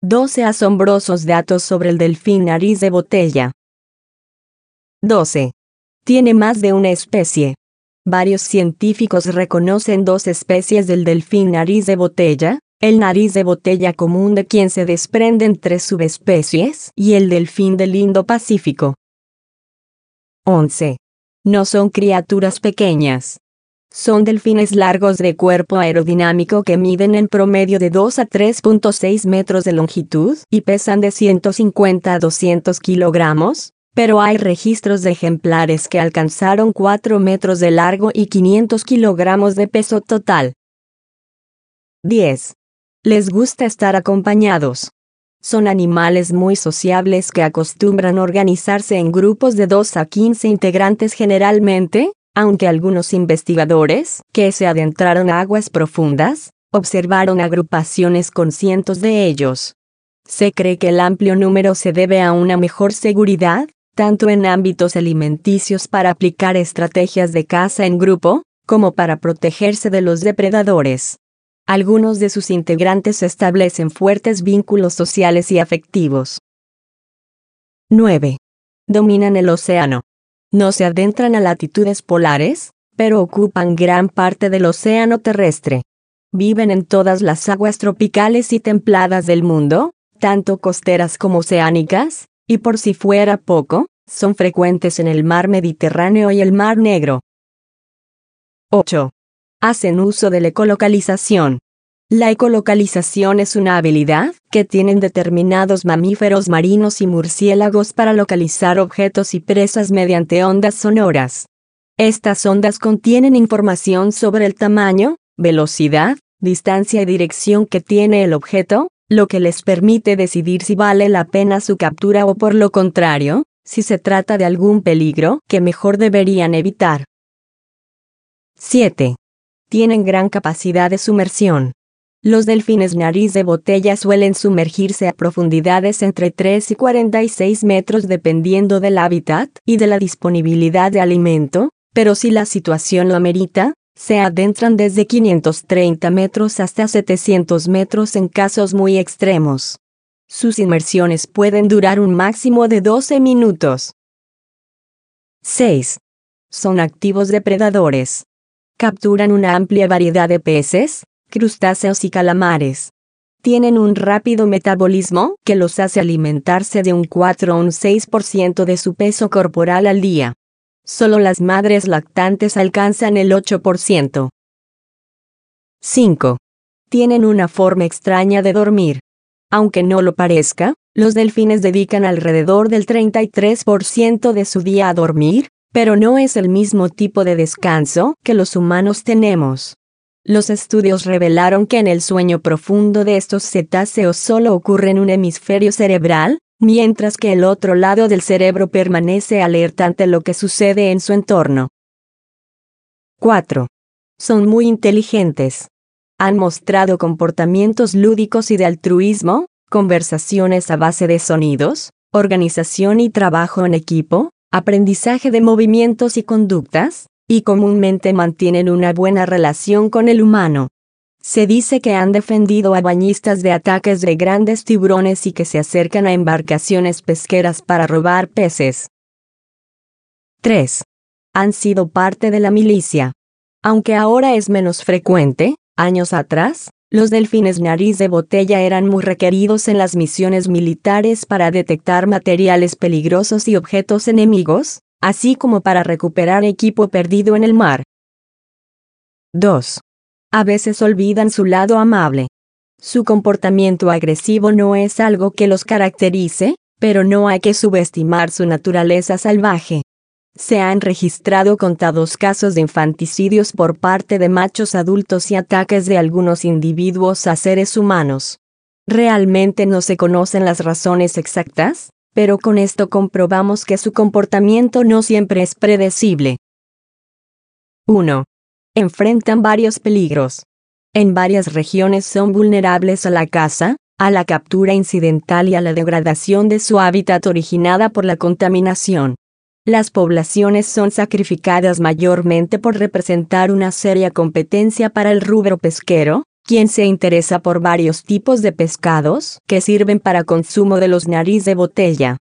12 asombrosos datos sobre el delfín nariz de botella. 12. Tiene más de una especie. Varios científicos reconocen dos especies del delfín nariz de botella, el nariz de botella común de quien se desprenden 3 subespecies y el delfín del Indo-Pacífico. 11. No son criaturas pequeñas. Son delfines largos de cuerpo aerodinámico que miden en promedio de 2 a 3.6 metros de longitud y pesan de 150 a 200 kilogramos, pero hay registros de ejemplares que alcanzaron 4 metros de largo y 500 kilogramos de peso total. 10. Les gusta estar acompañados. Son animales muy sociables que acostumbran organizarse en grupos de 2 a 15 integrantes generalmente, aunque algunos investigadores, que se adentraron a aguas profundas, observaron agrupaciones con cientos de ellos. Se cree que el amplio número se debe a una mejor seguridad, tanto en ámbitos alimenticios para aplicar estrategias de caza en grupo, como para protegerse de los depredadores. Algunos de sus integrantes establecen fuertes vínculos sociales y afectivos. 9. Dominan el océano. No se adentran a latitudes polares, pero ocupan gran parte del océano terrestre. Viven en todas las aguas tropicales y templadas del mundo, tanto costeras como oceánicas, y por si fuera poco, son frecuentes en el mar Mediterráneo y el mar Negro. 8. Hacen uso de la ecolocalización. La ecolocalización es una habilidad que tienen determinados mamíferos marinos y murciélagos para localizar objetos y presas mediante ondas sonoras. Estas ondas contienen información sobre el tamaño, velocidad, distancia y dirección que tiene el objeto, lo que les permite decidir si vale la pena su captura o por lo contrario, si se trata de algún peligro que mejor deberían evitar. 7. Tienen gran capacidad de sumersión. Los delfines nariz de botella suelen sumergirse a profundidades entre 3 y 46 metros dependiendo del hábitat y de la disponibilidad de alimento, pero si la situación lo amerita, se adentran desde 530 metros hasta 700 metros en casos muy extremos. Sus inmersiones pueden durar un máximo de 12 minutos. 6. Son activos depredadores. Capturan una amplia variedad de peces, crustáceos y calamares. Tienen un rápido metabolismo que los hace alimentarse de un 4 a un 6% de su peso corporal al día. Solo las madres lactantes alcanzan el 8%. 5. Tienen una forma extraña de dormir. Aunque no lo parezca, los delfines dedican alrededor del 33% de su día a dormir, pero no es el mismo tipo de descanso que los humanos tenemos. Los estudios revelaron que en el sueño profundo de estos cetáceos solo ocurre en un hemisferio cerebral, mientras que el otro lado del cerebro permanece alerta ante lo que sucede en su entorno. 4. Son muy inteligentes. Han mostrado comportamientos lúdicos y de altruismo, conversaciones a base de sonidos, organización y trabajo en equipo, aprendizaje de movimientos y conductas, y comúnmente mantienen una buena relación con el humano. Se dice que han defendido a bañistas de ataques de grandes tiburones y que se acercan a embarcaciones pesqueras para robar peces. 3. Han sido parte de la milicia. Aunque ahora es menos frecuente, años atrás, los delfines nariz de botella eran muy requeridos en las misiones militares para detectar materiales peligrosos y objetos enemigos, así como para recuperar equipo perdido en el mar. 2. A veces olvidan su lado amable. Su comportamiento agresivo no es algo que los caracterice, pero no hay que subestimar su naturaleza salvaje. Se han registrado contados casos de infanticidios por parte de machos adultos y ataques de algunos individuos a seres humanos. Realmente no se conocen las razones exactas, pero con esto comprobamos que su comportamiento no siempre es predecible. 1. Enfrentan varios peligros. En varias regiones son vulnerables a la caza, a la captura incidental y a la degradación de su hábitat originada por la contaminación. Las poblaciones son sacrificadas mayormente por representar una seria competencia para el rubro pesquero, ¿Quién se interesa por varios tipos de pescados que sirven para consumo de los nariz de botella?